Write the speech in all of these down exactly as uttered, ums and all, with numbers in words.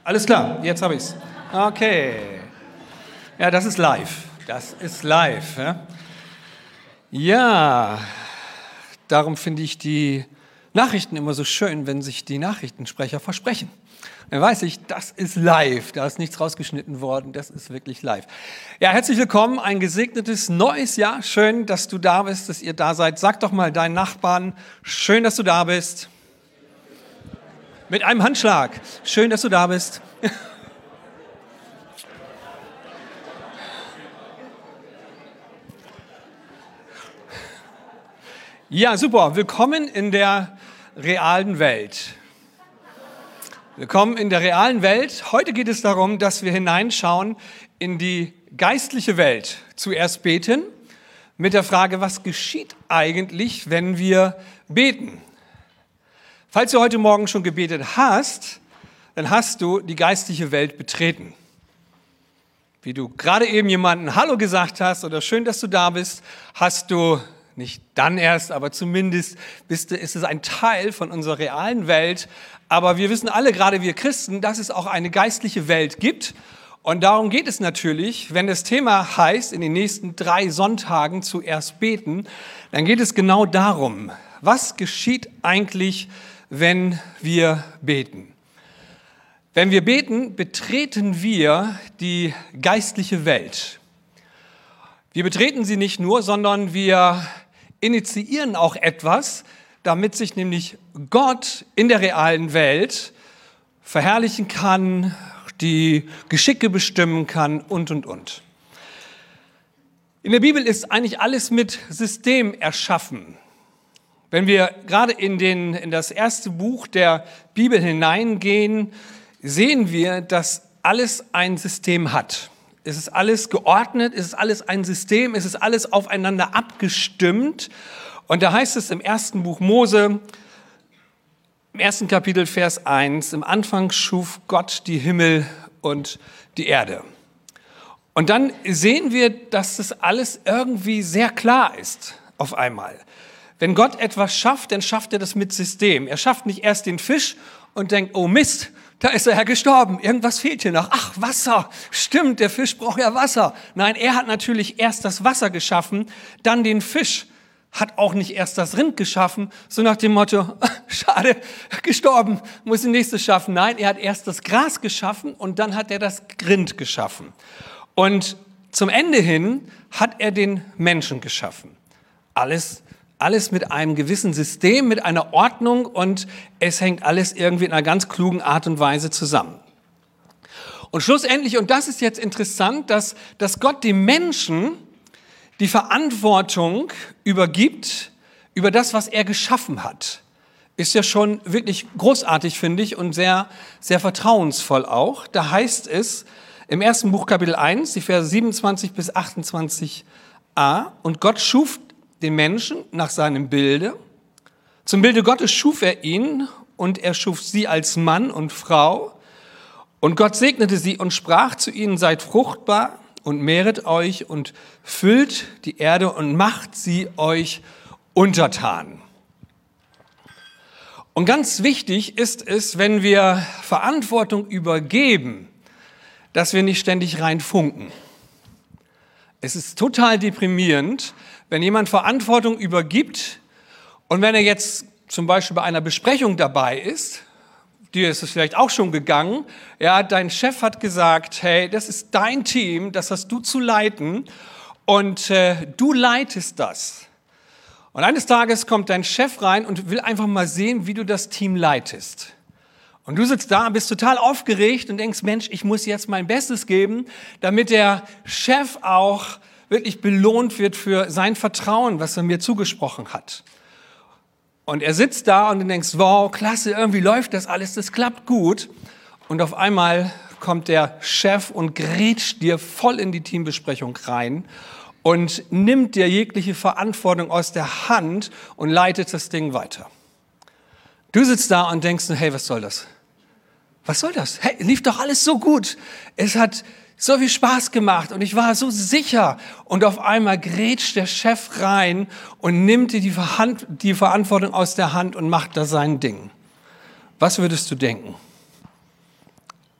Alles klar, jetzt habe ich es. Okay. Ja, das ist live. Das ist live. Ja, ja. Darum finde ich die Nachrichten immer so schön, wenn sich die Nachrichtensprecher versprechen. Dann weiß ich, das ist live. Da ist nichts rausgeschnitten worden. Das ist wirklich live. Ja, herzlich willkommen. Ein gesegnetes neues Jahr. Schön, dass du da bist, dass ihr da seid. Sag doch mal deinen Nachbarn, schön, dass du da bist. Mit einem Handschlag. Schön, dass du da bist. Ja, super. Willkommen in der realen Welt. Willkommen in der realen Welt. Heute geht es darum, dass wir hineinschauen in die geistliche Welt. Zuerst beten mit der Frage, was geschieht eigentlich, wenn wir beten? Falls du heute Morgen schon gebetet hast, dann hast du die geistliche Welt betreten. Wie du gerade eben jemandem Hallo gesagt hast oder schön, dass du da bist, hast du nicht dann erst, aber zumindest bist du, ist es ein Teil von unserer realen Welt. Aber wir wissen alle, gerade wir Christen, dass es auch eine geistliche Welt gibt. Und darum geht es natürlich, wenn das Thema heißt, in den nächsten drei Sonntagen zuerst beten, dann geht es genau darum, was geschieht eigentlich, wenn wir beten. Wenn wir beten, betreten wir die geistliche Welt. Wir betreten sie nicht nur, sondern wir initiieren auch etwas, damit sich nämlich Gott in der realen Welt verherrlichen kann, die Geschicke bestimmen kann und, und, und. In der Bibel ist eigentlich alles mit System erschaffen. Wenn wir gerade in, den, in das erste Buch der Bibel hineingehen, sehen wir, dass alles ein System hat. Es ist alles geordnet, es ist alles ein System, es ist alles aufeinander abgestimmt. Und da heißt es im ersten Buch Mose, im ersten Kapitel, Vers eins, im Anfang schuf Gott die Himmel und die Erde. Und dann sehen wir, dass das alles irgendwie sehr klar ist auf einmal. Wenn Gott etwas schafft, dann schafft er das mit System. Er schafft nicht erst den Fisch und denkt, oh Mist, da ist er ja gestorben, irgendwas fehlt hier noch. Ach, Wasser, stimmt, der Fisch braucht ja Wasser. Nein, er hat natürlich erst das Wasser geschaffen, dann den Fisch. Hat auch nicht erst das Rind geschaffen, so nach dem Motto, schade, gestorben, muss den nächstes schaffen. Nein, er hat erst das Gras geschaffen und dann hat er das Rind geschaffen. Und zum Ende hin hat er den Menschen geschaffen. Alles Alles mit einem gewissen System, mit einer Ordnung und es hängt alles irgendwie in einer ganz klugen Art und Weise zusammen. Und schlussendlich, und das ist jetzt interessant, dass, dass Gott dem Menschen die Verantwortung übergibt über das, was er geschaffen hat. Ist ja schon wirklich großartig, finde ich, und sehr, sehr vertrauensvoll auch. Da heißt es im ersten Buch Kapitel eins, die Verse siebenundzwanzig bis achtundzwanzig a, und Gott schuf den Menschen nach seinem Bilde. Zum Bilde Gottes schuf er ihn und er schuf sie als Mann und Frau. Und Gott segnete sie und sprach zu ihnen, seid fruchtbar und mehret euch und füllt die Erde und macht sie euch untertan. Und ganz wichtig ist es, wenn wir Verantwortung übergeben, dass wir nicht ständig reinfunken. Es ist total deprimierend, wenn jemand Verantwortung übergibt und wenn er jetzt zum Beispiel bei einer Besprechung dabei ist, dir ist es vielleicht auch schon gegangen, ja, dein Chef hat gesagt, hey, das ist dein Team, das hast du zu leiten und äh, du leitest das. Und eines Tages kommt dein Chef rein und will einfach mal sehen, wie du das Team leitest. Und du sitzt da und bist total aufgeregt und denkst, Mensch, ich muss jetzt mein Bestes geben, damit der Chef auch wirklich belohnt wird für sein Vertrauen, was er mir zugesprochen hat. Und er sitzt da und du denkst, wow, klasse, irgendwie läuft das alles, das klappt gut. Und auf einmal kommt der Chef und grätscht dir voll in die Teambesprechung rein und nimmt dir jegliche Verantwortung aus der Hand und leitet das Ding weiter. Du sitzt da und denkst, hey, was soll das? Was soll das? Hey, lief doch alles so gut. Es hat so viel Spaß gemacht und ich war so sicher. Und auf einmal grätscht der Chef rein und nimmt dir die, Verhand- die Verantwortung aus der Hand und macht da sein Ding. Was würdest du denken?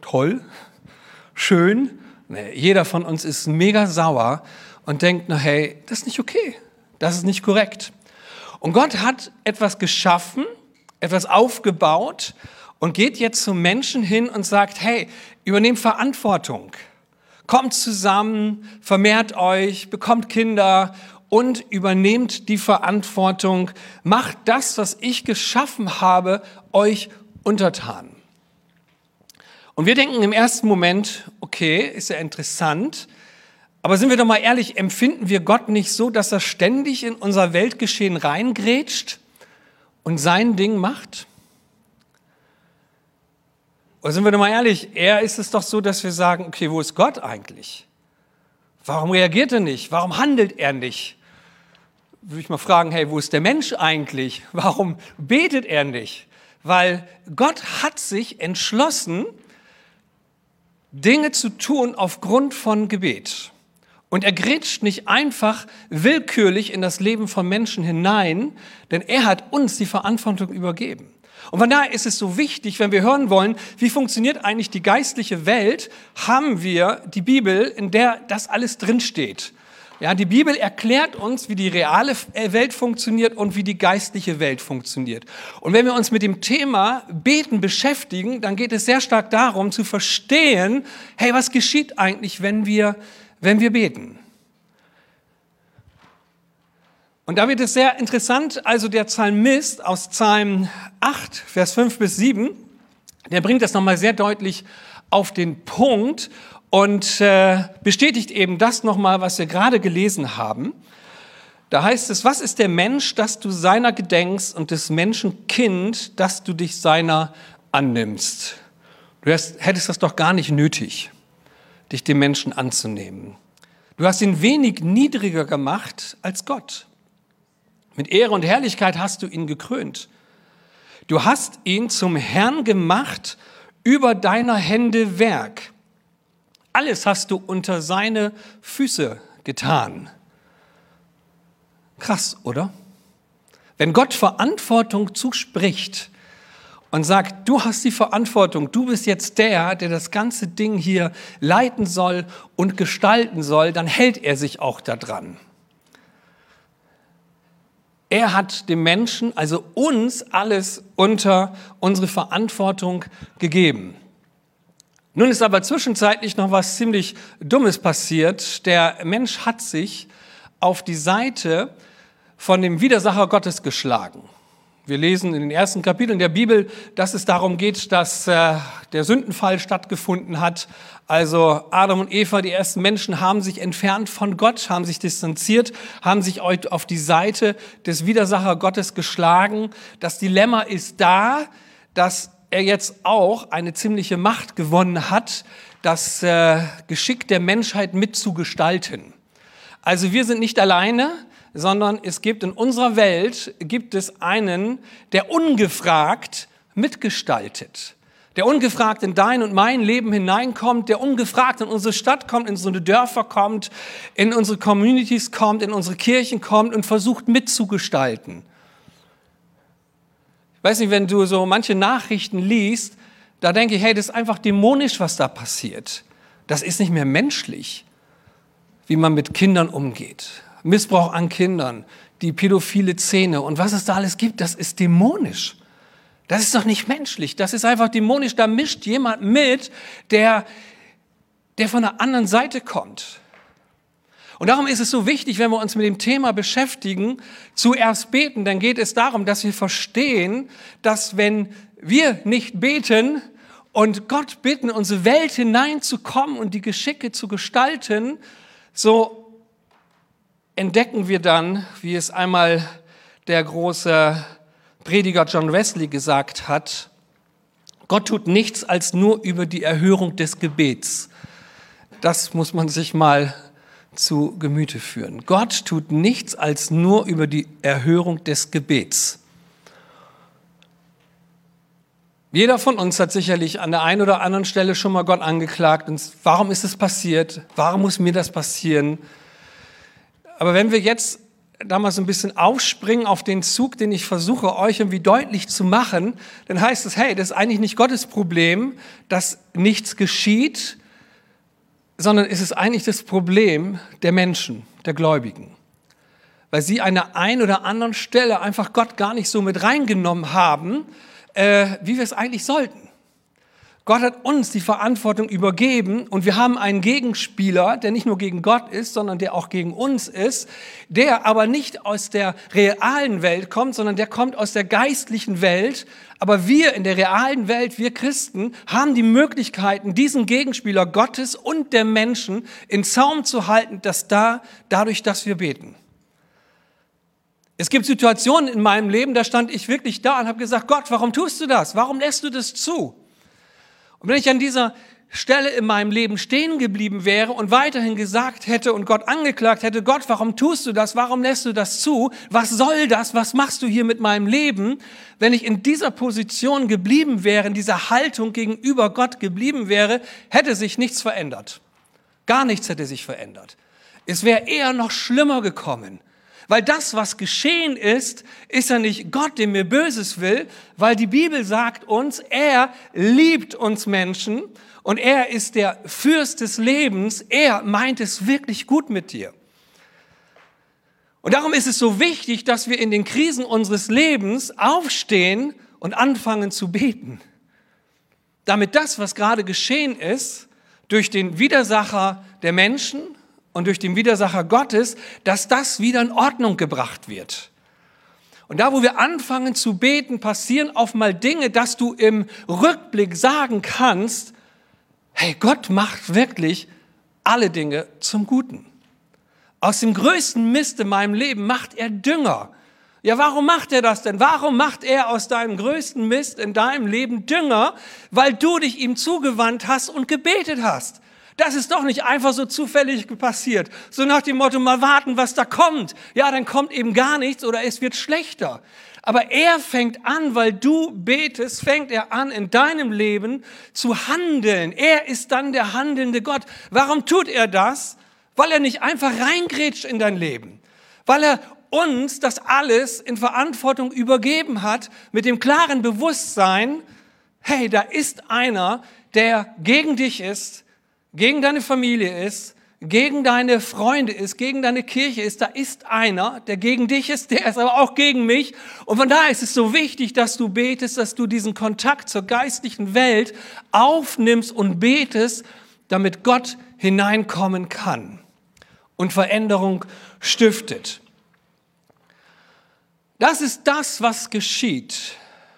toll, schön. Nee, jeder von uns ist mega sauer und denkt, na hey, das ist nicht okay, das ist nicht korrekt. Und Gott hat etwas geschaffen, etwas aufgebaut und geht jetzt zum Menschen hin und sagt, hey, übernehmt Verantwortung. Kommt zusammen, vermehrt euch, bekommt Kinder und übernehmt die Verantwortung. Macht das, was ich geschaffen habe, euch untertan. Und wir denken im ersten Moment, okay, ist ja interessant, aber sind wir doch mal ehrlich, empfinden wir Gott nicht so, dass er ständig in unser Weltgeschehen reingrätscht und sein Ding macht? Oder sind wir doch mal ehrlich, eher ist es doch so, dass wir sagen, okay, wo ist Gott eigentlich? Warum reagiert er nicht? Warum handelt er nicht? Würde ich mal fragen, hey, wo ist der Mensch eigentlich? Warum betet er nicht? Weil Gott hat sich entschlossen, Dinge zu tun aufgrund von Gebet. Und er grätscht nicht einfach willkürlich in das Leben von Menschen hinein, denn er hat uns die Verantwortung übergeben. Und von daher ist es so wichtig, wenn wir hören wollen, wie funktioniert eigentlich die geistliche Welt, haben wir die Bibel, in der das alles drinsteht. Ja, die Bibel erklärt uns, wie die reale Welt funktioniert und wie die geistliche Welt funktioniert. Und wenn wir uns mit dem Thema Beten beschäftigen, dann geht es sehr stark darum, zu verstehen, hey, was geschieht eigentlich, wenn wir, wenn wir beten? Und da wird es sehr interessant, also der Psalmist aus Psalm acht, Vers fünf bis sieben, der bringt das nochmal sehr deutlich auf den Punkt und äh, bestätigt eben das nochmal, was wir gerade gelesen haben. Da heißt es, was ist der Mensch, dass du seiner gedenkst und des Menschen Kind, dass du dich seiner annimmst? Du hast, hättest das doch gar nicht nötig, dich dem Menschen anzunehmen. Du hast ihn wenig niedriger gemacht als Gott. Mit Ehre und Herrlichkeit hast du ihn gekrönt. Du hast ihn zum Herrn gemacht über deiner Hände Werk. Alles hast du unter seine Füße getan. Krass, oder? Wenn Gott Verantwortung zuspricht und sagt, du hast die Verantwortung, du bist jetzt der, der das ganze Ding hier leiten soll und gestalten soll, dann hält er sich auch daran. Er hat dem Menschen, also uns, alles unter unsere Verantwortung gegeben. Nun ist aber zwischenzeitlich noch was ziemlich Dummes passiert. Der Mensch hat sich auf die Seite von dem Widersacher Gottes geschlagen. Wir lesen in den ersten Kapiteln der Bibel, dass es darum geht, dass äh, der Sündenfall stattgefunden hat. Also Adam und Eva, die ersten Menschen, haben sich entfernt von Gott, haben sich distanziert, haben sich auf die Seite des Widersacher Gottes geschlagen. Das Dilemma ist da, dass er jetzt auch eine ziemliche Macht gewonnen hat, das äh, Geschick der Menschheit mitzugestalten. Also wir sind nicht alleine, sondern es gibt in unserer Welt, gibt es einen, der ungefragt mitgestaltet. Der ungefragt in dein und mein Leben hineinkommt, der ungefragt in unsere Stadt kommt, in unsere Dörfer kommt, in unsere Communities kommt, in unsere Kirchen kommt und versucht mitzugestalten. Ich weiß nicht, wenn du so manche Nachrichten liest, da denke ich, hey, das ist einfach dämonisch, was da passiert. Das ist nicht mehr menschlich, wie man mit Kindern umgeht. Missbrauch an Kindern, die pädophile Szene und was es da alles gibt, das ist dämonisch. Das ist doch nicht menschlich, das ist einfach dämonisch. Da mischt jemand mit, der, der von der anderen Seite kommt. Und darum ist es so wichtig, wenn wir uns mit dem Thema beschäftigen, zuerst beten, dann geht es darum, dass wir verstehen, dass wenn wir nicht beten und Gott bitten, in unsere Welt hineinzukommen und die Geschicke zu gestalten, so entdecken wir dann, wie es einmal der große Prediger John Wesley gesagt hat, Gott tut nichts als nur über die Erhörung des Gebets. Das muss man sich mal zu Gemüte führen. Gott tut nichts als nur über die Erhörung des Gebets. Jeder von uns hat sicherlich an der einen oder anderen Stelle schon mal Gott angeklagt. Und warum ist es passiert? Warum muss mir das passieren? Aber wenn wir jetzt da mal so ein bisschen aufspringen auf den Zug, den ich versuche, euch irgendwie deutlich zu machen, dann heißt es, hey, das ist eigentlich nicht Gottes Problem, dass nichts geschieht, sondern es ist eigentlich das Problem der Menschen, der Gläubigen. Weil sie an der einen oder anderen Stelle einfach Gott gar nicht so mit reingenommen haben, äh, wie wir es eigentlich sollten. Gott hat uns die Verantwortung übergeben und wir haben einen Gegenspieler, der nicht nur gegen Gott ist, sondern der auch gegen uns ist, der aber nicht aus der realen Welt kommt, sondern der kommt aus der geistlichen Welt. Aber wir in der realen Welt, wir Christen, haben die Möglichkeiten, diesen Gegenspieler Gottes und der Menschen in Zaum zu halten, dass da, dadurch, dass wir beten. Es gibt Situationen in meinem Leben, da stand ich wirklich da und habe gesagt, Gott, warum tust du das? Warum lässt du das zu? Und wenn ich an dieser Stelle in meinem Leben stehen geblieben wäre und weiterhin gesagt hätte und Gott angeklagt hätte, Gott, warum tust du das? Warum lässt du das zu? Was soll das? Was machst du hier mit meinem Leben? Wenn ich in dieser Position geblieben wäre, in dieser Haltung gegenüber Gott geblieben wäre, hätte sich nichts verändert. Gar nichts hätte sich verändert. Es wäre eher noch schlimmer gekommen. Weil das, was geschehen ist, ist ja nicht Gott, der mir Böses will, weil die Bibel sagt uns, er liebt uns Menschen und er ist der Fürst des Lebens. Er meint es wirklich gut mit dir. Und darum ist es so wichtig, dass wir in den Krisen unseres Lebens aufstehen und anfangen zu beten. Damit das, was gerade geschehen ist, durch den Widersacher der Menschen und durch den Widersacher Gottes, dass das wieder in Ordnung gebracht wird. Und da, wo wir anfangen zu beten, passieren oft mal Dinge, dass du im Rückblick sagen kannst, hey, Gott macht wirklich alle Dinge zum Guten. Aus dem größten Mist in meinem Leben macht er Dünger. Ja, warum macht er das denn? Warum macht er aus deinem größten Mist in deinem Leben Dünger? Weil du dich ihm zugewandt hast und gebetet hast. Das ist doch nicht einfach so zufällig passiert. So nach dem Motto, mal warten, was da kommt. Ja, dann kommt eben gar nichts oder es wird schlechter. Aber er fängt an, weil du betest, fängt er an, in deinem Leben zu handeln. Er ist dann der handelnde Gott. Warum tut er das? Weil er nicht einfach reingrätscht in dein Leben. Weil er uns das alles in Verantwortung übergeben hat, mit dem klaren Bewusstsein, hey, da ist einer, der gegen dich ist, gegen deine Familie ist, gegen deine Freunde ist, gegen deine Kirche ist, da ist einer, der gegen dich ist, der ist aber auch gegen mich. Und von daher ist es so wichtig, dass du betest, dass du diesen Kontakt zur geistlichen Welt aufnimmst und betest, damit Gott hineinkommen kann und Veränderung stiftet. Das ist das, was geschieht.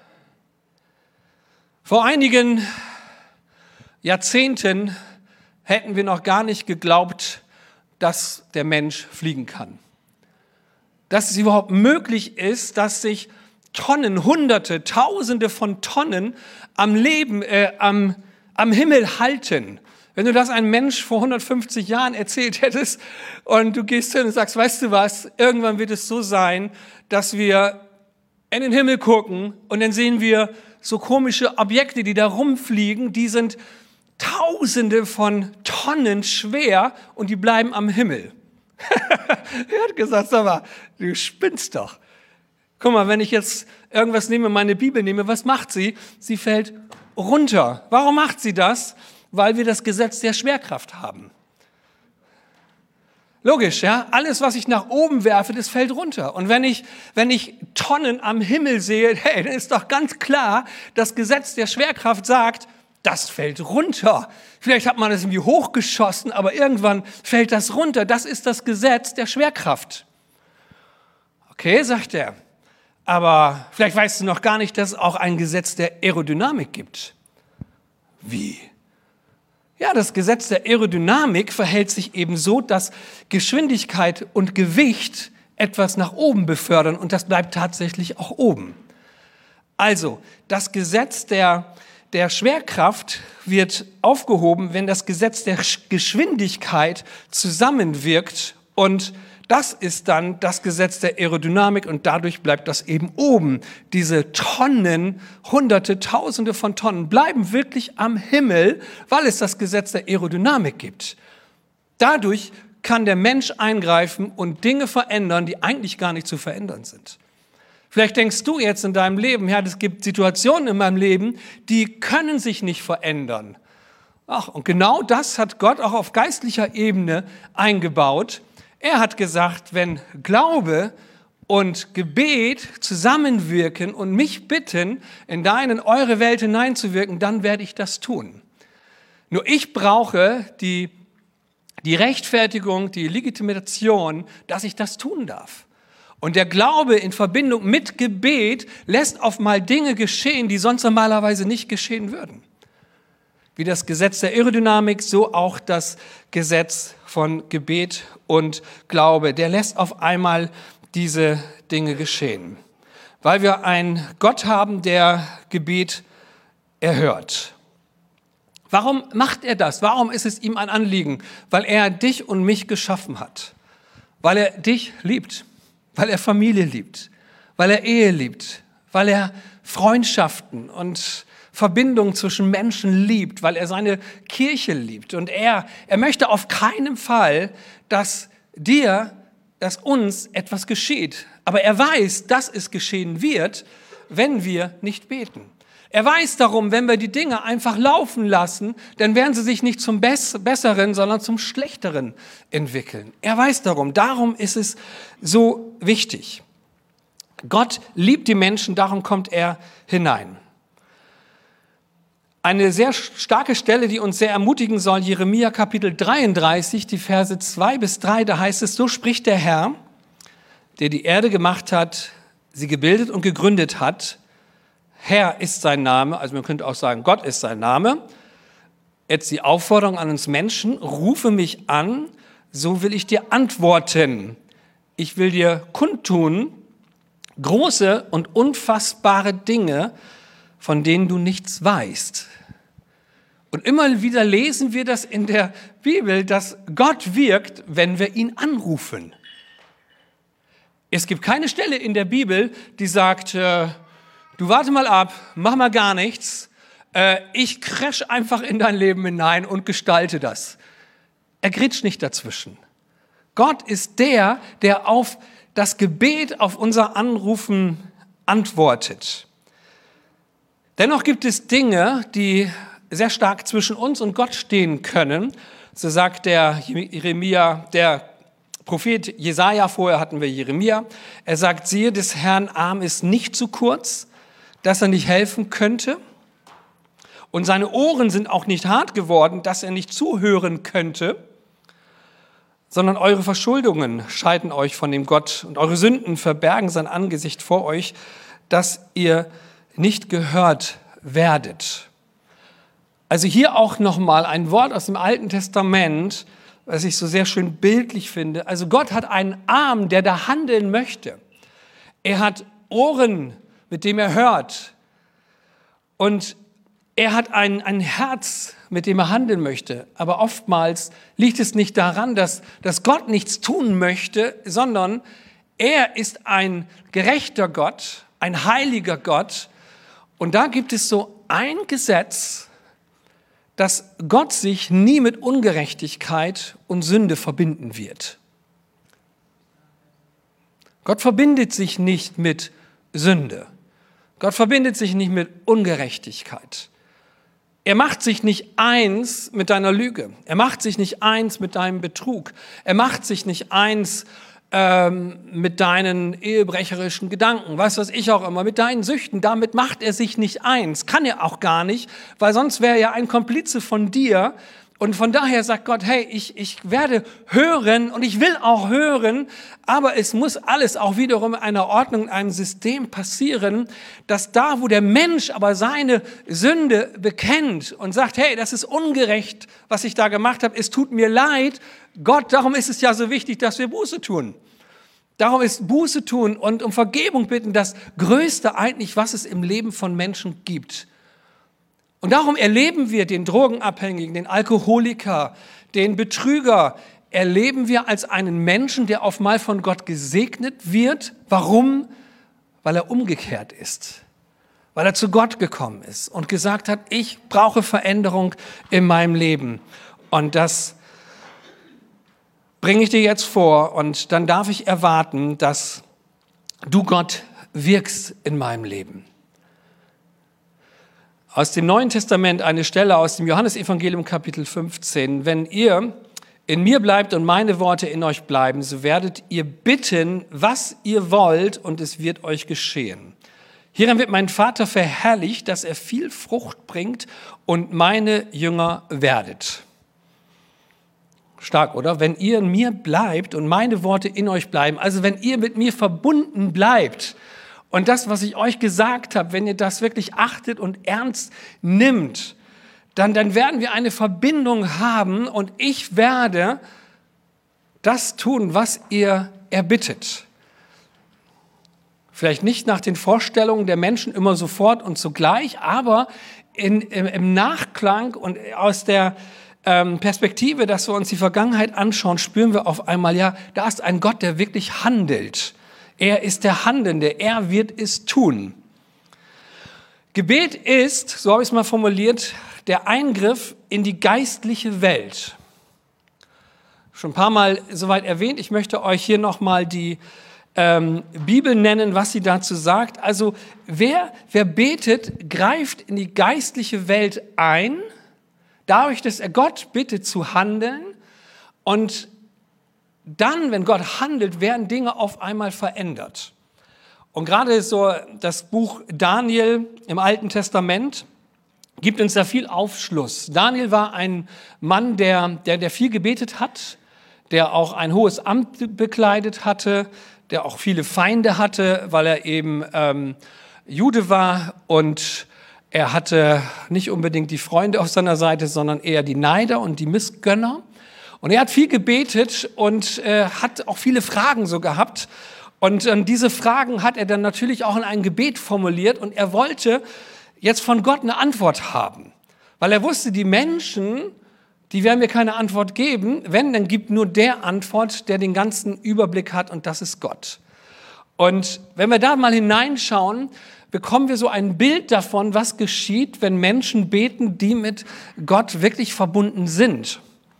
Vor einigen Jahrzehnten hätten wir noch gar nicht geglaubt, dass der Mensch fliegen kann. Dass es überhaupt möglich ist, dass sich Tonnen, Hunderte, Tausende von Tonnen am Leben, äh, am, am Himmel halten. Wenn du das einem Mensch vor hundertfünfzig Jahren erzählt hättest und du gehst hin und sagst, weißt du was, irgendwann wird es so sein, dass wir in den Himmel gucken und dann sehen wir so komische Objekte, die da rumfliegen, die sind Tausende von Tonnen schwer und die bleiben am Himmel. Er hat gesagt, sag mal, du spinnst doch. Guck mal, wenn ich jetzt irgendwas nehme, meine Bibel nehme, was macht sie? Sie fällt runter. Warum macht sie das? Weil wir das Gesetz der Schwerkraft haben. Logisch, ja? Alles, was ich nach oben werfe, das fällt runter. Und wenn ich, wenn ich Tonnen am Himmel sehe, hey, dann ist doch ganz klar, das Gesetz der Schwerkraft sagt, das fällt runter. Vielleicht hat man das irgendwie hochgeschossen, aber irgendwann fällt das runter. Das ist das Gesetz der Schwerkraft. Okay, sagt er. Aber vielleicht weißt du noch gar nicht, dass es auch ein Gesetz der Aerodynamik gibt. Wie? Ja, das Gesetz der Aerodynamik verhält sich eben so, dass Geschwindigkeit und Gewicht etwas nach oben befördern und das bleibt tatsächlich auch oben. Also, das Gesetz der Der Schwerkraft wird aufgehoben, wenn das Gesetz der Geschwindigkeit zusammenwirkt und das ist dann das Gesetz der Aerodynamik und dadurch bleibt das eben oben. Diese Tonnen, Hunderte, Tausende von Tonnen bleiben wirklich am Himmel, weil es das Gesetz der Aerodynamik gibt. Dadurch kann der Mensch eingreifen und Dinge verändern, die eigentlich gar nicht zu verändern sind. Vielleicht denkst du jetzt in deinem Leben, ja, es gibt Situationen in meinem Leben, die können sich nicht verändern. Ach, und genau das hat Gott auch auf geistlicher Ebene eingebaut. Er hat gesagt, wenn Glaube und Gebet zusammenwirken und mich bitten, in deine, in eure Welt hineinzuwirken, dann werde ich das tun. Nur ich brauche die, die Rechtfertigung, die Legitimation, dass ich das tun darf. Und der Glaube in Verbindung mit Gebet lässt auf mal Dinge geschehen, die sonst normalerweise nicht geschehen würden. Wie das Gesetz der Aerodynamik, so auch das Gesetz von Gebet und Glaube. Der lässt auf einmal diese Dinge geschehen. Weil wir einen Gott haben, der Gebet erhört. Warum macht er das? Warum ist es ihm ein Anliegen? Weil er dich und mich geschaffen hat. Weil er dich liebt. Weil er Familie liebt. Weil er Ehe liebt. Weil er Freundschaften und Verbindung zwischen Menschen liebt, weil er seine Kirche liebt. Und er, er möchte auf keinen Fall, dass dir, dass uns etwas geschieht. Aber er weiß, dass es geschehen wird, wenn wir nicht beten. Er weiß darum, wenn wir die Dinge einfach laufen lassen, dann werden sie sich nicht zum Besseren, sondern zum Schlechteren entwickeln. Er weiß darum. Darum ist es so wichtig. Gott liebt die Menschen, darum kommt er hinein. Eine sehr starke Stelle, die uns sehr ermutigen soll, Jeremia Kapitel dreiunddreißig, die Verse zwei bis drei, da heißt es, so spricht der Herr, der die Erde gemacht hat, sie gebildet und gegründet hat. Herr ist sein Name, also man könnte auch sagen, Gott ist sein Name. Jetzt die Aufforderung an uns Menschen, rufe mich an, so will ich dir antworten. Ich will dir kundtun, große und unfassbare Dinge, von denen du nichts weißt. Und immer wieder lesen wir das in der Bibel, dass Gott wirkt, wenn wir ihn anrufen. Es gibt keine Stelle in der Bibel, die sagt, äh, du warte mal ab, mach mal gar nichts, äh, ich crash einfach in dein Leben hinein und gestalte das. Er grätscht nicht dazwischen. Gott ist der, der auf das Gebet, auf unser Anrufen antwortet. Dennoch gibt es Dinge, die sehr stark zwischen uns und Gott stehen können. So sagt der Jeremia, der Prophet Jesaja, vorher hatten wir Jeremia. Er sagt, siehe, des Herrn Arm ist nicht zu kurz, dass er nicht helfen könnte. Und seine Ohren sind auch nicht hart geworden, dass er nicht zuhören könnte. Sondern eure Verschuldungen scheiden euch von dem Gott und eure Sünden verbergen sein Angesicht vor euch, dass ihr nicht gehört werdet. Also hier auch nochmal ein Wort aus dem Alten Testament, was ich so sehr schön bildlich finde. Also Gott hat einen Arm, der da handeln möchte. Er hat Ohren, mit dem er hört. Und er hat ein, ein Herz, mit dem er handeln möchte. Aber oftmals liegt es nicht daran, dass, dass Gott nichts tun möchte, sondern er ist ein gerechter Gott, ein heiliger Gott. Und da gibt es so ein Gesetz, dass Gott sich nie mit Ungerechtigkeit und Sünde verbinden wird. Gott verbindet sich nicht mit Sünde. Gott verbindet sich nicht mit Ungerechtigkeit. Er macht sich nicht eins mit deiner Lüge. Er macht sich nicht eins mit deinem Betrug. Er macht sich nicht eins ähm, mit deinen ehebrecherischen Gedanken, was weiß ich auch immer, mit deinen Süchten. Damit macht er sich nicht eins. Kann er auch gar nicht, weil sonst wäre er ja ein Komplize von dir. Und von daher sagt Gott, hey, ich, ich werde hören und ich will auch hören, aber es muss alles auch wiederum in einer Ordnung, in einem System passieren, dass da, wo der Mensch aber seine Sünde bekennt und sagt, hey, das ist ungerecht, was ich da gemacht habe, es tut mir leid, Gott, darum ist es ja so wichtig, dass wir Buße tun. Darum ist Buße tun und um Vergebung bitten das Größte eigentlich, was es im Leben von Menschen gibt. Und darum erleben wir den Drogenabhängigen, den Alkoholiker, den Betrüger, erleben wir als einen Menschen, der auf einmal von Gott gesegnet wird. Warum? Weil er umgekehrt ist. Weil er zu Gott gekommen ist und gesagt hat, ich brauche Veränderung in meinem Leben. Und das bringe ich dir jetzt vor und dann darf ich erwarten, dass du, Gott, wirkst in meinem Leben. Aus dem Neuen Testament eine Stelle aus dem Johannesevangelium Kapitel fünfzehn. Wenn ihr in mir bleibt und meine Worte in euch bleiben, so werdet ihr bitten, was ihr wollt, und es wird euch geschehen. Hieran wird mein Vater verherrlicht, dass er viel Frucht bringt und meine Jünger werdet. Stark, oder? Wenn ihr in mir bleibt und meine Worte in euch bleiben, also wenn ihr mit mir verbunden bleibt und das, was ich euch gesagt habe, wenn ihr das wirklich achtet und ernst nimmt, dann, dann werden wir eine Verbindung haben und ich werde das tun, was ihr erbittet. Vielleicht nicht nach den Vorstellungen der Menschen immer sofort und zugleich, aber in, im, im Nachklang und aus der ähm, Perspektive, dass wir uns die Vergangenheit anschauen, spüren wir auf einmal, ja, da ist ein Gott, der wirklich handelt. Er ist der Handelnde, er wird es tun. Gebet ist, so habe ich es mal formuliert, der Eingriff in die geistliche Welt. Schon ein paar Mal soweit erwähnt, ich möchte euch hier nochmal die ähm, Bibel nennen, was sie dazu sagt. Also wer, wer betet, greift in die geistliche Welt ein, dadurch, dass er Gott bittet zu handeln, und dann, wenn Gott handelt, werden Dinge auf einmal verändert. Und gerade so das Buch Daniel im Alten Testament gibt uns da viel Aufschluss. Daniel war ein Mann, der, der, der viel gebetet hat, der auch ein hohes Amt bekleidet hatte, der auch viele Feinde hatte, weil er eben ähm, Jude war, und er hatte nicht unbedingt die Freunde auf seiner Seite, sondern eher die Neider und die Missgönner. Und er hat viel gebetet und äh, hat auch viele Fragen so gehabt. Und ähm, diese Fragen hat er dann natürlich auch in ein Gebet formuliert, und er wollte jetzt von Gott eine Antwort haben. Weil er wusste, die Menschen, die werden mir keine Antwort geben. Wenn, dann gibt nur der Antwort, der den ganzen Überblick hat, und das ist Gott. Und wenn wir da mal hineinschauen, bekommen wir so ein Bild davon, was geschieht, wenn Menschen beten, die mit Gott wirklich verbunden sind.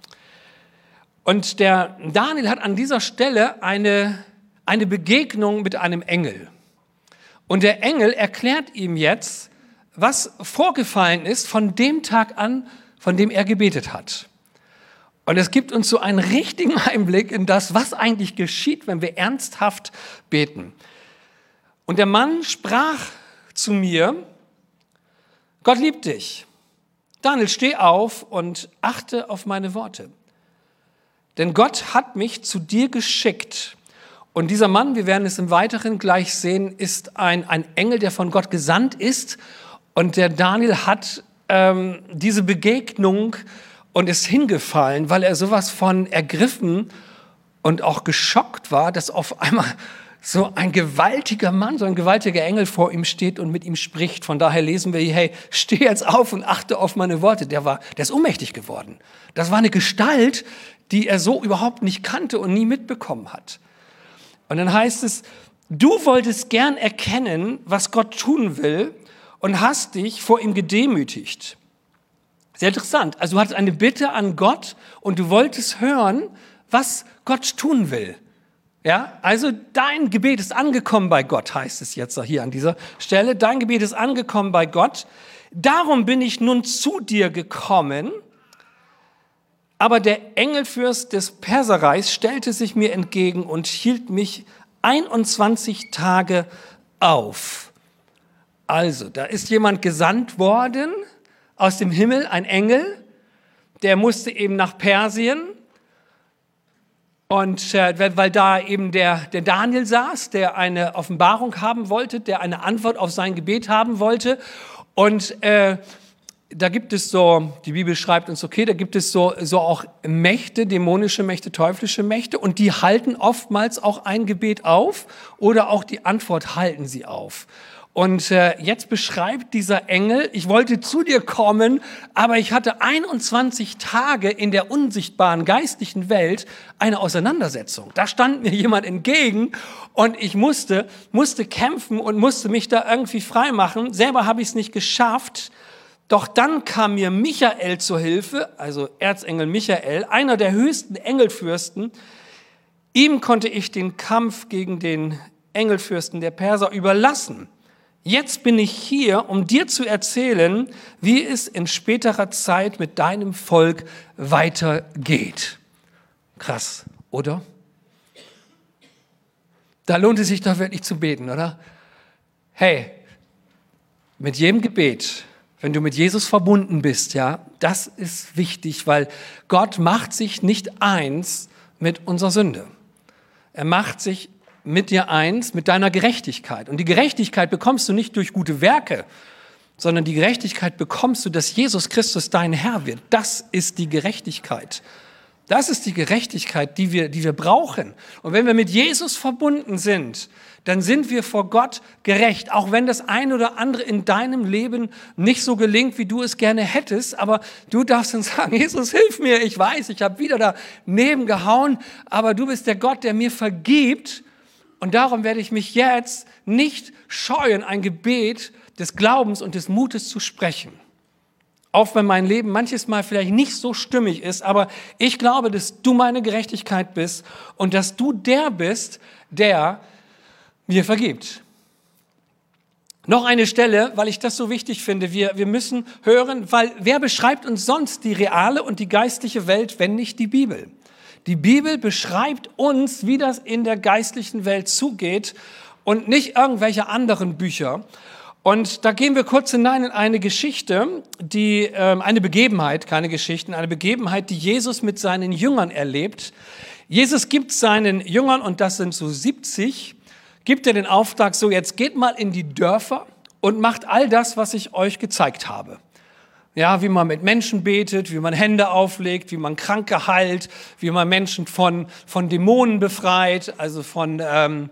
Und der Daniel hat an dieser Stelle eine, eine Begegnung mit einem Engel. Und der Engel erklärt ihm jetzt, was vorgefallen ist von dem Tag an, von dem er gebetet hat. Und es gibt uns so einen richtigen Einblick in das, was eigentlich geschieht, wenn wir ernsthaft beten. Und der Mann sprach zu mir: Gott liebt dich. Daniel, steh auf und achte auf meine Worte. Denn Gott hat mich zu dir geschickt. Und dieser Mann, wir werden es im Weiteren gleich sehen, ist ein, ein Engel, der von Gott gesandt ist. Und der Daniel hat ähm, diese Begegnung und ist hingefallen, weil er sowas von ergriffen und auch geschockt war, dass auf einmal so ein gewaltiger Mann, so ein gewaltiger Engel vor ihm steht und mit ihm spricht. Von daher lesen wir hier: Hey, steh jetzt auf und achte auf meine Worte. Der war, der ist ohnmächtig geworden. Das war eine Gestalt, die er so überhaupt nicht kannte und nie mitbekommen hat. Und dann heißt es: Du wolltest gern erkennen, was Gott tun will, und hast dich vor ihm gedemütigt. Sehr interessant. Also du hattest eine Bitte an Gott und du wolltest hören, was Gott tun will. Ja, also dein Gebet ist angekommen bei Gott, heißt es jetzt hier an dieser Stelle. Dein Gebet ist angekommen bei Gott. Darum bin ich nun zu dir gekommen. Aber der Engelfürst des Perserreichs stellte sich mir entgegen und hielt mich einundzwanzig Tage auf. Also, da ist jemand gesandt worden aus dem Himmel, ein Engel, der musste eben nach Persien. Und äh, weil da eben der, der Daniel saß, der eine Offenbarung haben wollte, der eine Antwort auf sein Gebet haben wollte. Und äh, da gibt es so, die Bibel schreibt uns, okay, da gibt es so, so auch Mächte, dämonische Mächte, teuflische Mächte, und die halten oftmals auch ein Gebet auf oder auch die Antwort halten sie auf. Und äh, jetzt beschreibt dieser Engel: Ich wollte zu dir kommen, aber ich hatte einundzwanzig Tage in der unsichtbaren geistlichen Welt eine Auseinandersetzung. Da stand mir jemand entgegen und ich musste, musste kämpfen und musste mich da irgendwie frei machen. Selber habe ich es nicht geschafft. Doch dann kam mir Michael zur Hilfe, also Erzengel Michael, einer der höchsten Engelfürsten. Ihm konnte ich den Kampf gegen den Engelfürsten der Perser überlassen. Jetzt bin ich hier, um dir zu erzählen, wie es in späterer Zeit mit deinem Volk weitergeht. Krass, oder? Da lohnt es sich doch wirklich zu beten, oder? Hey, mit jedem Gebet, wenn du mit Jesus verbunden bist, ja, das ist wichtig, weil Gott macht sich nicht eins mit unserer Sünde. Er macht sich mit dir eins, mit deiner Gerechtigkeit. Und die Gerechtigkeit bekommst du nicht durch gute Werke, sondern die Gerechtigkeit bekommst du, dass Jesus Christus dein Herr wird. Das ist die Gerechtigkeit. Das ist die Gerechtigkeit, die wir, die wir brauchen. Und wenn wir mit Jesus verbunden sind, dann sind wir vor Gott gerecht, auch wenn das ein oder andere in deinem Leben nicht so gelingt, wie du es gerne hättest. Aber du darfst dann sagen, Jesus, hilf mir, ich weiß, ich habe wieder daneben gehauen, aber du bist der Gott, der mir vergibt. Und darum werde ich mich jetzt nicht scheuen, ein Gebet des Glaubens und des Mutes zu sprechen. Auch wenn mein Leben manches Mal vielleicht nicht so stimmig ist, aber ich glaube, dass du meine Gerechtigkeit bist und dass du der bist, der mir vergibt. Noch eine Stelle, weil ich das so wichtig finde. Wir, wir müssen hören, weil wer beschreibt uns sonst die reale und die geistliche Welt, wenn nicht die Bibel? Die Bibel beschreibt uns, wie das in der geistlichen Welt zugeht und nicht irgendwelche anderen Bücher. Und da gehen wir kurz hinein in eine Geschichte, die ähm, eine Begebenheit, keine Geschichten, eine Begebenheit, die Jesus mit seinen Jüngern erlebt. Jesus gibt seinen Jüngern, und das sind so siebzig, gibt er den Auftrag, so jetzt geht mal in die Dörfer und macht all das, was ich euch gezeigt habe. Ja, wie man mit Menschen betet, wie man Hände auflegt, wie man Kranke heilt, wie man Menschen von, von Dämonen befreit, also von ähm,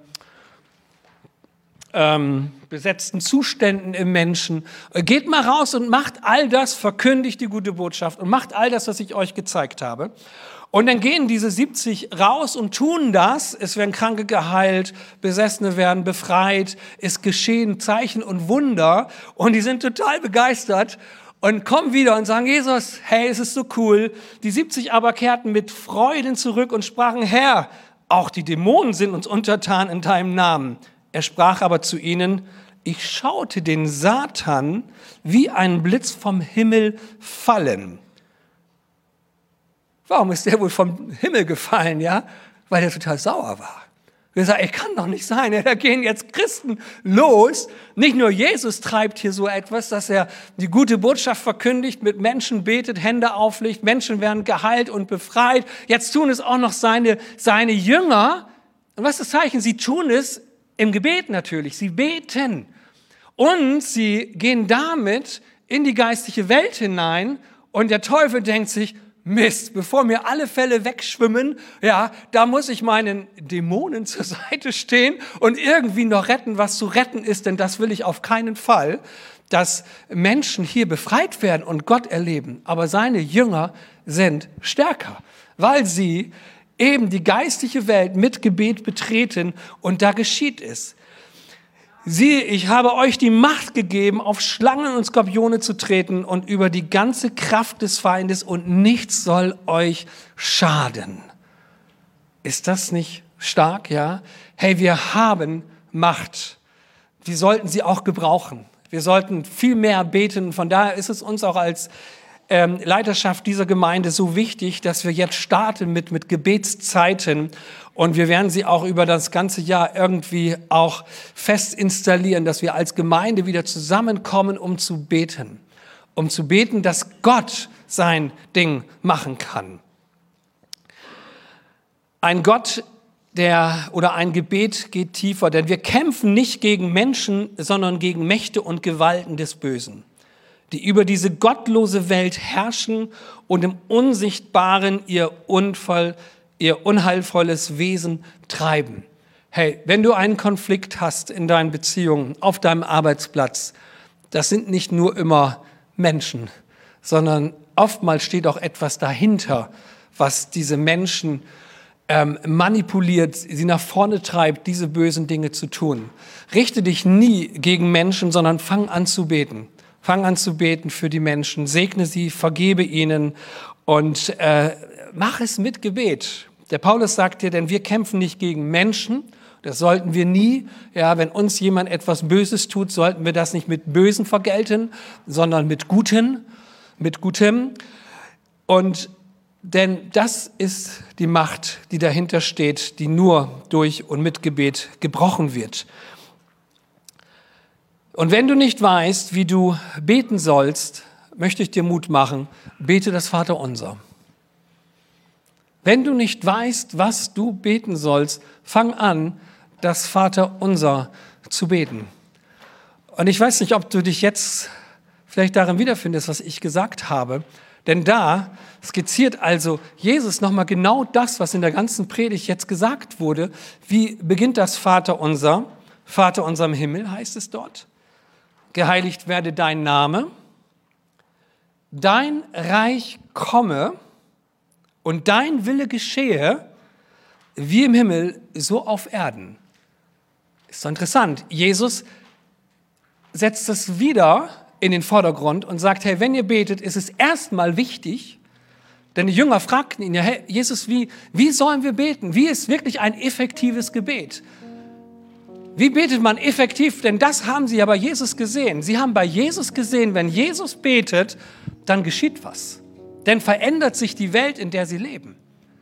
ähm, besetzten Zuständen im Menschen. Geht mal raus und macht all das, verkündigt die gute Botschaft und macht all das, was ich euch gezeigt habe. Und dann gehen diese siebzig raus und tun das. Es werden Kranke geheilt, Besessene werden befreit, es geschehen Zeichen und Wunder und die sind total begeistert. Und kommen wieder und sagen, Jesus, hey, es ist so cool. Die siebzig aber kehrten mit Freuden zurück und sprachen, Herr, auch die Dämonen sind uns untertan in deinem Namen. Er sprach aber zu ihnen, ich schaute den Satan wie ein Blitz vom Himmel fallen. Warum ist der wohl vom Himmel gefallen, ja? Weil er total sauer war. Wir sagen, ey, kann doch nicht sein, ja, da gehen jetzt Christen los. Nicht nur Jesus treibt hier so etwas, dass er die gute Botschaft verkündigt, mit Menschen betet, Hände auflegt, Menschen werden geheilt und befreit. Jetzt tun es auch noch seine, seine Jünger. Und was ist das Zeichen? Sie tun es im Gebet natürlich. Sie beten. Und sie gehen damit in die geistliche Welt hinein. Und der Teufel denkt sich, Mist, bevor mir alle Fälle wegschwimmen, ja, da muss ich meinen Dämonen zur Seite stehen und irgendwie noch retten, was zu retten ist, denn das will ich auf keinen Fall, dass Menschen hier befreit werden und Gott erleben. Aber seine Jünger sind stärker, weil sie eben die geistliche Welt mit Gebet betreten und da geschieht es. Siehe, ich habe euch die Macht gegeben, auf Schlangen und Skorpione zu treten und über die ganze Kraft des Feindes und nichts soll euch schaden. Ist das nicht stark, ja? Hey, wir haben Macht. Wir sollten sie auch gebrauchen. Wir sollten viel mehr beten. Von daher ist es uns auch als ähm, Leiterschaft dieser Gemeinde so wichtig, dass wir jetzt starten mit, mit Gebetszeiten. Und wir werden sie auch über das ganze Jahr irgendwie auch fest installieren, dass wir als Gemeinde wieder zusammenkommen, um zu beten. Um zu beten, dass Gott sein Ding machen kann. Ein Gott, der oder ein Gebet geht tiefer, denn wir kämpfen nicht gegen Menschen, sondern gegen Mächte und Gewalten des Bösen, die über diese gottlose Welt herrschen und im Unsichtbaren ihr Unfall ihr unheilvolles Wesen treiben. Hey, wenn du einen Konflikt hast in deinen Beziehungen, auf deinem Arbeitsplatz, das sind nicht nur immer Menschen, sondern oftmals steht auch etwas dahinter, was diese Menschen ähm, manipuliert, sie nach vorne treibt, diese bösen Dinge zu tun. Richte dich nie gegen Menschen, sondern fang an zu beten. Fang an zu beten für die Menschen, segne sie, vergebe ihnen und äh, mach es mit Gebet. Der Paulus sagt dir, denn wir kämpfen nicht gegen Menschen, das sollten wir nie. Ja, wenn uns jemand etwas Böses tut, sollten wir das nicht mit Bösen vergelten, sondern mit Guten, mit Gutem. Und denn das ist die Macht, die dahinter steht, die nur durch und mit Gebet gebrochen wird. Und wenn du nicht weißt, wie du beten sollst, möchte ich dir Mut machen, bete das Vaterunser. Wenn du nicht weißt, was du beten sollst, fang an, das Vaterunser zu beten. Und ich weiß nicht, ob du dich jetzt vielleicht darin wiederfindest, was ich gesagt habe, denn da skizziert also Jesus nochmal genau das, was in der ganzen Predigt jetzt gesagt wurde. Wie beginnt das Vaterunser? Vater unser im Himmel heißt es dort. Geheiligt werde dein Name. Dein Reich komme und dein Wille geschehe, wie im Himmel, so auf Erden. Ist doch interessant. Jesus setzt das wieder in den Vordergrund und sagt, hey, wenn ihr betet, ist es erstmal wichtig, denn die Jünger fragten ihn ja, hey, Jesus, wie, wie sollen wir beten? Wie ist wirklich ein effektives Gebet? Wie betet man effektiv? Denn das haben sie ja bei Jesus gesehen. Sie haben bei Jesus gesehen, wenn Jesus betet, dann geschieht was. Denn verändert sich die Welt, in der sie leben.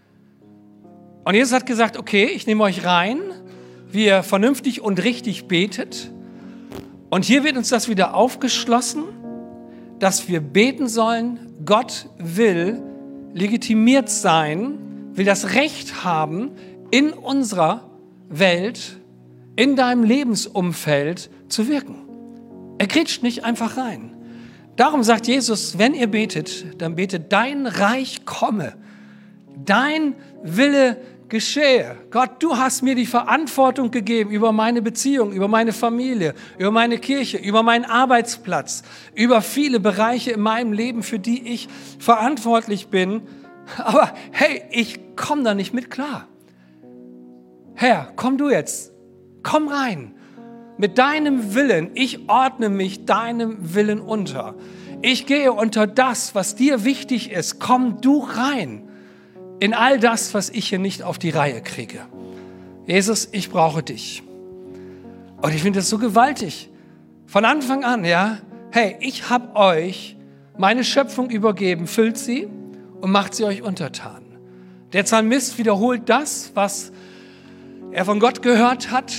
Und Jesus hat gesagt, okay, ich nehme euch rein, wie ihr vernünftig und richtig betet. Und hier wird uns das wieder aufgeschlossen, dass wir beten sollen. Gott will legitimiert sein, will das Recht haben, in unserer Welt, in deinem Lebensumfeld zu wirken. Er grätscht nicht einfach rein. Darum sagt Jesus, wenn ihr betet, dann betet, dein Reich komme, dein Wille geschehe. Gott, du hast mir die Verantwortung gegeben über meine Beziehung, über meine Familie, über meine Kirche, über meinen Arbeitsplatz, über viele Bereiche in meinem Leben, für die ich verantwortlich bin. Aber hey, ich komme da nicht mit klar. Herr, komm du jetzt, komm rein. Mit deinem Willen, ich ordne mich deinem Willen unter. Ich gehe unter das, was dir wichtig ist. Komm du rein in all das, was ich hier nicht auf die Reihe kriege. Jesus, ich brauche dich. Und ich finde das so gewaltig. Von Anfang an, ja, hey, ich habe euch meine Schöpfung übergeben, füllt sie und macht sie euch untertan. Der Psalmist wiederholt das, was er von Gott gehört hat.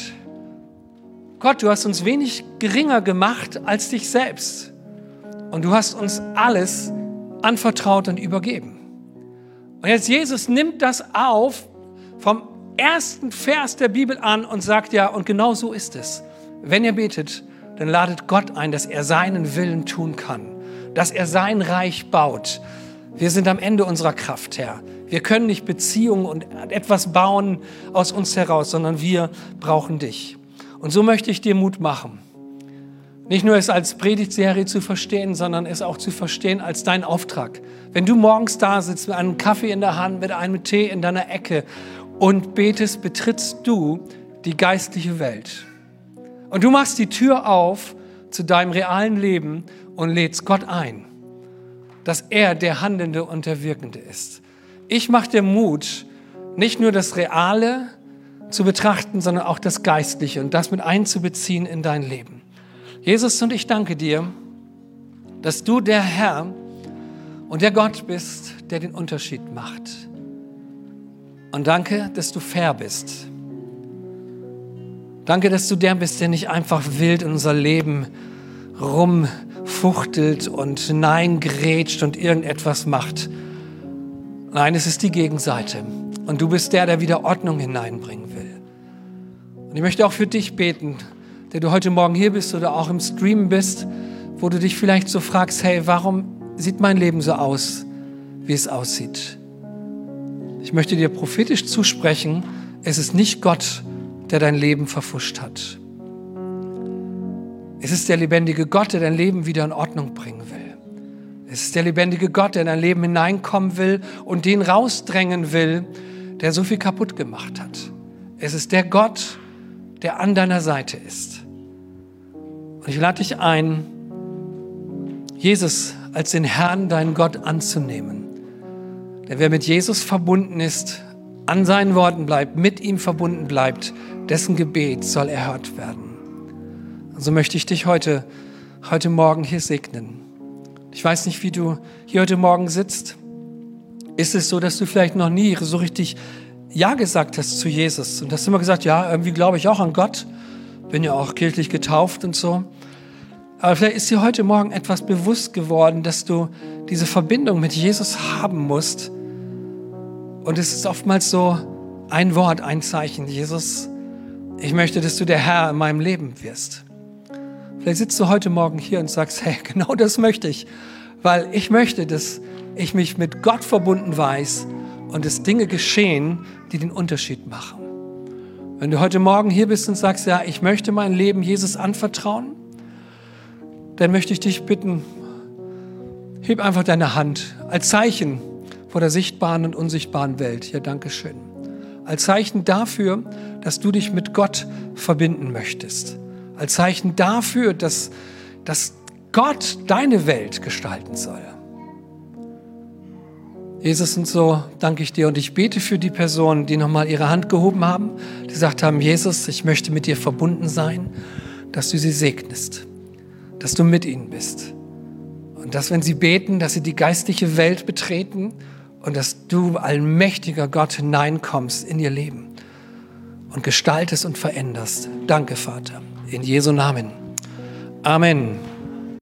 Gott, du hast uns wenig geringer gemacht als dich selbst. Und du hast uns alles anvertraut und übergeben. Und jetzt Jesus nimmt das auf vom ersten Vers der Bibel an und sagt, ja, und genau so ist es. Wenn ihr betet, dann ladet Gott ein, dass er seinen Willen tun kann, dass er sein Reich baut. Wir sind am Ende unserer Kraft, Herr. Wir können nicht Beziehungen und etwas bauen aus uns heraus, sondern wir brauchen dich. Und so möchte ich dir Mut machen. Nicht nur es als Predigtserie zu verstehen, sondern es auch zu verstehen als dein Auftrag. Wenn du morgens da sitzt mit einem Kaffee in der Hand, mit einem Tee in deiner Ecke und betest, betrittst du die geistliche Welt. Und du machst die Tür auf zu deinem realen Leben und lädst Gott ein, dass er der Handelnde und der Wirkende ist. Ich mache dir Mut, nicht nur das Reale zu betrachten, sondern auch das Geistliche und das mit einzubeziehen in dein Leben. Jesus, und ich danke dir, dass du der Herr und der Gott bist, der den Unterschied macht. Und danke, dass du fair bist. Danke, dass du der bist, der nicht einfach wild in unser Leben rumfuchtelt und hineingrätscht und irgendetwas macht. Nein, es ist die Gegenseite. Und du bist der, der wieder Ordnung hineinbringen will. Und ich möchte auch für dich beten, der du heute Morgen hier bist oder auch im Stream bist, wo du dich vielleicht so fragst, hey, warum sieht mein Leben so aus, wie es aussieht? Ich möchte dir prophetisch zusprechen, es ist nicht Gott, der dein Leben verpfuscht hat. Es ist der lebendige Gott, der dein Leben wieder in Ordnung bringen will. Es ist der lebendige Gott, der in dein Leben hineinkommen will und den rausdrängen will, der so viel kaputt gemacht hat. Es ist der Gott, der an deiner Seite ist. Und ich lade dich ein, Jesus als den Herrn, deinen Gott, anzunehmen. Denn wer mit Jesus verbunden ist, an seinen Worten bleibt, mit ihm verbunden bleibt, dessen Gebet soll erhört werden. Also möchte ich dich heute, heute Morgen hier segnen. Ich weiß nicht, wie du hier heute Morgen sitzt. Ist es so, dass du vielleicht noch nie so richtig Ja gesagt hast zu Jesus und hast immer gesagt, ja, irgendwie glaube ich auch an Gott, bin ja auch kirchlich getauft und so. Aber vielleicht ist dir heute Morgen etwas bewusst geworden, dass du diese Verbindung mit Jesus haben musst. Und es ist oftmals so ein Wort, ein Zeichen. Jesus, ich möchte, dass du der Herr in meinem Leben wirst. Vielleicht sitzt du heute Morgen hier und sagst, hey, genau das möchte ich. Weil ich möchte, dass ich mich mit Gott verbunden weiß und dass Dinge geschehen, die den Unterschied machen. Wenn du heute Morgen hier bist und sagst, ja, ich möchte mein Leben Jesus anvertrauen, dann möchte ich dich bitten, heb einfach deine Hand als Zeichen vor der sichtbaren und unsichtbaren Welt. Ja, danke schön. Als Zeichen dafür, dass du dich mit Gott verbinden möchtest. Als Zeichen dafür, dass, dass Gott deine Welt gestalten soll. Jesus, und so danke ich dir und ich bete für die Personen, die nochmal ihre Hand gehoben haben, die gesagt haben, Jesus, ich möchte mit dir verbunden sein, dass du sie segnest, dass du mit ihnen bist. Und dass, wenn sie beten, dass sie die geistliche Welt betreten und dass du, allmächtiger Gott, hineinkommst in ihr Leben und gestaltest und veränderst. Danke, Vater. In Jesu Namen. Amen.